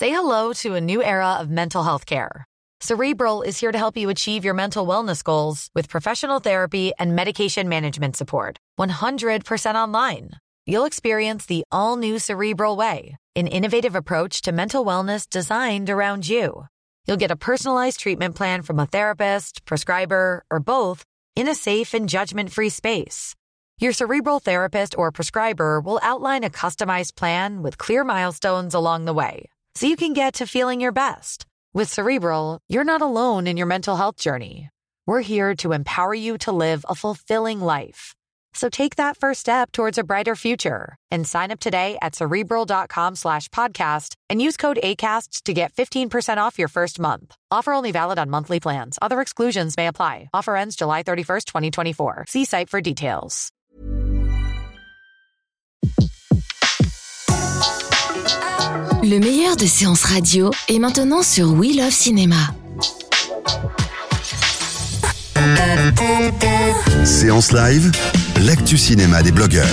Say hello to a new era of mental health care. Cerebral is here to help you achieve your mental wellness goals with professional therapy and medication management support. 100% online. You'll experience the all-new Cerebral Way, an innovative approach to mental wellness designed around you. You'll get a personalized treatment plan from a therapist, prescriber, or both in a safe and judgment-free space. Your Cerebral therapist or prescriber will outline a customized plan with clear milestones along the way, so you can get to feeling your best. With Cerebral, you're not alone in your mental health journey. We're here to empower you to live a fulfilling life. So take that first step towards a brighter future and sign up today at Cerebral.com/podcast and use code ACAST to get 15% off your first month. Offer only valid on monthly plans. Other exclusions may apply. Offer ends July 31st, 2024. See site for details. Le meilleur de séances radio est maintenant sur We Love Cinéma. Séance live, l'actu cinéma des blogueurs.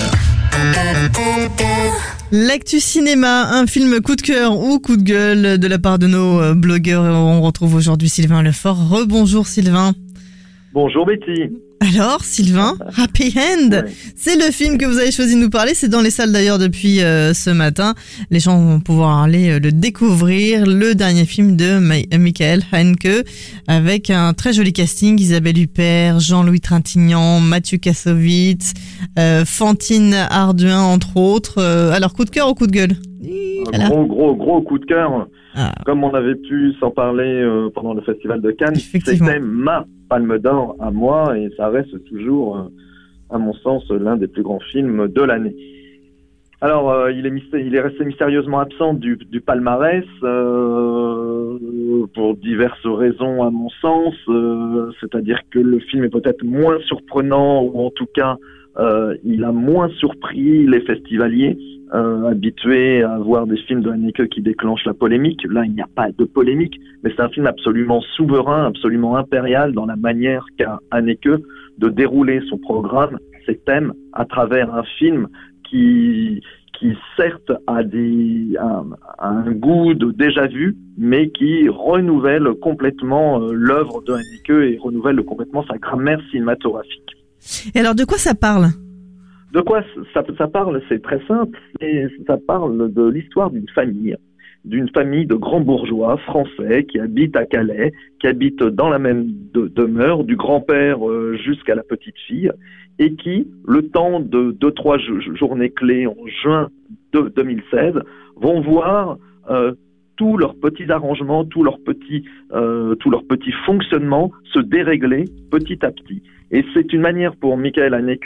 L'actu cinéma, un film coup de cœur ou coup de gueule de la part de nos blogueurs. On retrouve aujourd'hui Sylvain Lefort. Rebonjour Sylvain. Bonjour Betty. Alors Sylvain, Happy End, ouais. C'est le film que vous avez choisi de nous parler. C'est dans les salles d'ailleurs depuis ce matin. Les gens vont pouvoir aller le découvrir. Le dernier film de Michael Haneke avec un très joli casting. Isabelle Huppert, Jean-Louis Trintignant, Mathieu Kassovitz, Fantine Ardouin entre autres. Alors coup de cœur ou coup de gueule? Voilà. Gros coup de cœur. Comme on avait pu s'en parler pendant le festival de Cannes, c'était ma Palme d'Or à moi et ça reste toujours, à mon sens, l'un des plus grands films de l'année. Alors, il est resté mystérieusement absent du palmarès pour diverses raisons, à mon sens. C'est-à-dire que le film est peut-être moins surprenant ou en tout cas, il a moins surpris les festivaliers. Habitué à voir des films de Haneke qui déclenchent la polémique. Là, il n'y a pas de polémique, mais c'est un film absolument souverain, absolument impérial dans la manière qu'a Haneke de dérouler son programme, ses thèmes, à travers un film qui certes a un goût de déjà-vu, mais qui renouvelle complètement l'œuvre de Haneke et renouvelle complètement sa grammaire cinématographique. Et alors, de quoi ça parle ? De quoi ça parle? C'est très simple. Et ça parle de l'histoire d'une famille de grands bourgeois français qui habitent à Calais, qui habitent dans la même demeure, du grand-père jusqu'à la petite fille, et qui, le temps de 2-3 journées clés en juin 2016, vont voir tous leurs petits arrangements, tous leurs petits fonctionnements se dérégler petit à petit. Et c'est une manière pour Michael Haneke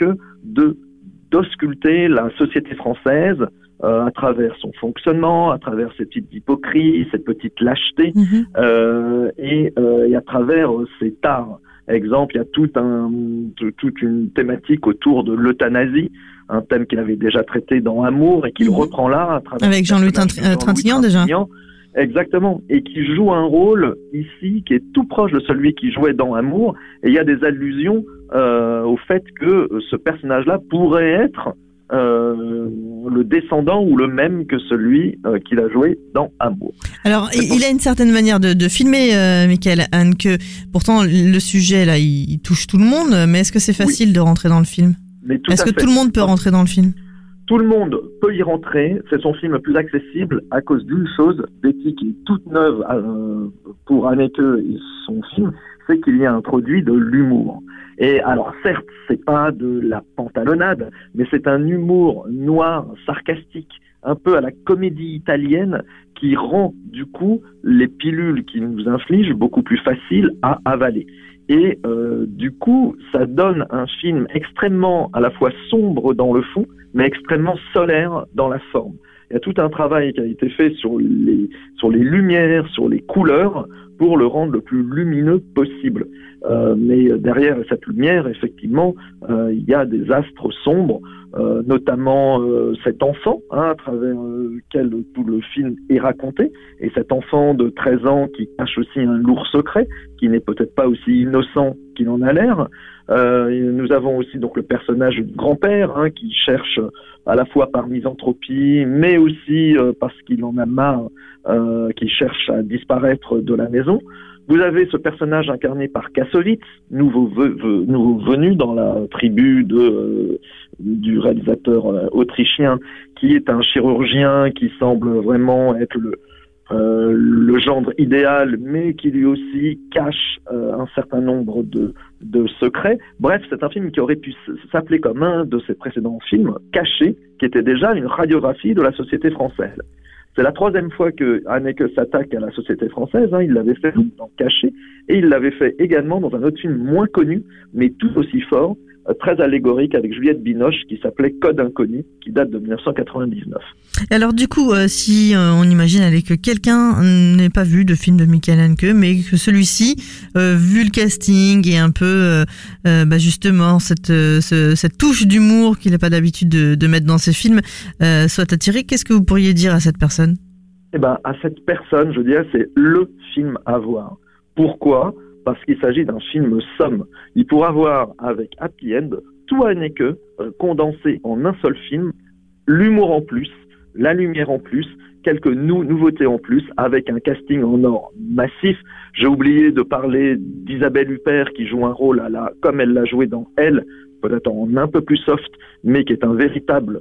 d'ausculter la société française à travers son fonctionnement, à travers ses petites hypocrisies, ses petites lâchetés, et à travers ses tares. Exemple, il y a toute une thématique autour de l'euthanasie, un thème qu'il avait déjà traité dans Amour et qu'il reprend là à travers avec Jean-Louis Trintignant déjà. Exactement, et qui joue un rôle ici qui est tout proche de celui qu'il jouait dans Amour, et il y a des allusions au fait que ce personnage-là pourrait être le descendant ou le même que celui qu'il a joué dans Amour. Alors, il a une certaine manière de filmer, Michael Haneke. Pourtant, le sujet, là, il touche tout le monde, mais est-ce que c'est facile de rentrer dans le film ? Est-ce que tout le monde peut rentrer dans le film ? Tout le monde peut y rentrer. C'est son film le plus accessible à cause d'une chose, Betty, qui est toute neuve pour Haneke et son film, c'est qu'il y a introduit de l'humour. Et alors certes, c'est pas de la pantalonnade, mais c'est un humour noir, sarcastique, un peu à la comédie italienne, qui rend du coup les pilules qu'il nous inflige beaucoup plus faciles à avaler. Et du coup, ça donne un film extrêmement à la fois sombre dans le fond, mais extrêmement solaire dans la forme. Il y a tout un travail qui a été fait sur les lumières, sur les couleurs, pour le rendre le plus lumineux possible. Mais derrière cette lumière, effectivement, il y a des astres sombres, notamment cet enfant, à travers lequel tout le film est raconté, et cet enfant de 13 ans qui cache aussi un lourd secret, qui n'est peut-être pas aussi innocent qu'il en a l'air. Nous avons aussi donc le personnage du grand-père, qui cherche à la fois par misanthropie, mais aussi parce qu'il en a marre, qui cherche à disparaître de la maison. Vous avez ce personnage incarné par Kassovitz, nouveau venu dans la tribu du réalisateur autrichien, qui est un chirurgien qui semble vraiment être le gendre idéal, mais qui lui aussi cache un certain nombre de secrets. Bref, c'est un film qui aurait pu s'appeler comme un de ses précédents films, Caché, qui était déjà une radiographie de la société française. C'est la troisième fois que Haneke s'attaque à la société française. Il l'avait fait dans Caché, et il l'avait fait également dans un autre film moins connu, mais tout aussi fort, très allégorique, avec Juliette Binoche, qui s'appelait Code Inconnu, qui date de 1999. Et alors du coup, si on imagine que quelqu'un n'ait pas vu de film de Michael Haneke, mais que celui-ci, vu le casting et un peu justement cette touche d'humour qu'il n'a pas d'habitude de mettre dans ses films, soit attiré, qu'est-ce que vous pourriez dire à cette personne ? À cette personne, je dirais, c'est le film à voir. Pourquoi ? Parce qu'il s'agit d'un film somme. Il pourra voir avec Happy End tout Haneke condensé en un seul film, l'humour en plus, la lumière en plus, quelques nouveautés en plus, avec un casting en or massif. J'ai oublié de parler d'Isabelle Huppert qui joue un rôle comme elle l'a joué dans Elle, peut-être en un peu plus soft, mais qui est un véritable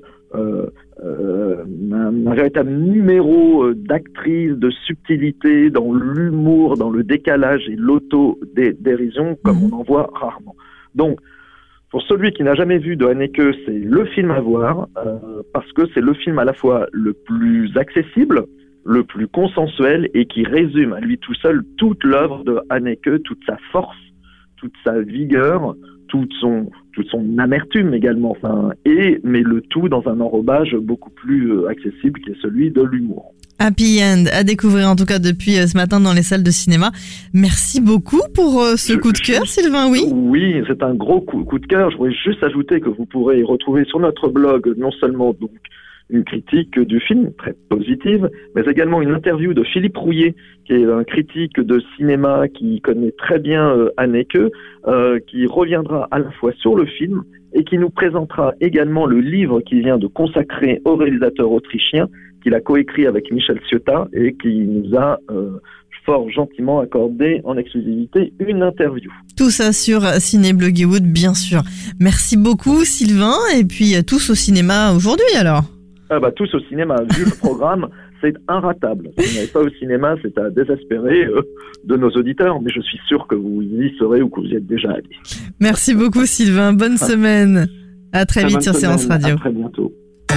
numéro d'actrice, de subtilité, dans l'humour, dans le décalage et l'auto-dérision, comme on en voit rarement. Donc, pour celui qui n'a jamais vu de Haneke, c'est le film à voir, parce que c'est le film à la fois le plus accessible, le plus consensuel, et qui résume à lui tout seul toute l'œuvre de Haneke, toute sa force, toute sa vigueur, toute son amertume également, mais le tout dans un enrobage beaucoup plus accessible, qui est celui de l'humour. Happy End à découvrir en tout cas depuis ce matin dans les salles de cinéma. Merci beaucoup pour ce coup de cœur, Sylvain. Oui, c'est un gros coup de cœur. Je voudrais juste ajouter que vous pourrez retrouver sur notre blog non seulement donc une critique du film très positive, mais également une interview de Philippe Rouillet, qui est un critique de cinéma qui connaît très bien Haneke, qui reviendra à la fois sur le film et qui nous présentera également le livre qu'il vient de consacrer au réalisateur autrichien, qu'il a coécrit avec Michel Ciotat et qui nous a fort gentiment accordé en exclusivité une interview. Tout ça sur Ciné Bloggywood, bien sûr. Merci beaucoup, Sylvain, et puis tous au cinéma aujourd'hui alors. Tous au cinéma, vu le programme, c'est inratable. Si vous n'allez pas au cinéma, c'est à désespérer de nos auditeurs, mais je suis sûr que vous y serez ou que vous y êtes déjà allés. Merci beaucoup, Sylvain. Bonne semaine. À très vite sur Séance Radio. À très bientôt.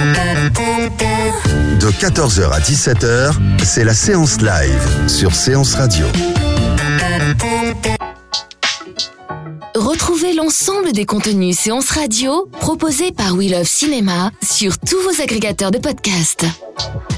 De 14h à 17h, c'est la séance live sur Séance Radio. Retrouvez l'ensemble des contenus Séance Radio proposés par We Love Cinéma sur tous vos agrégateurs de podcasts.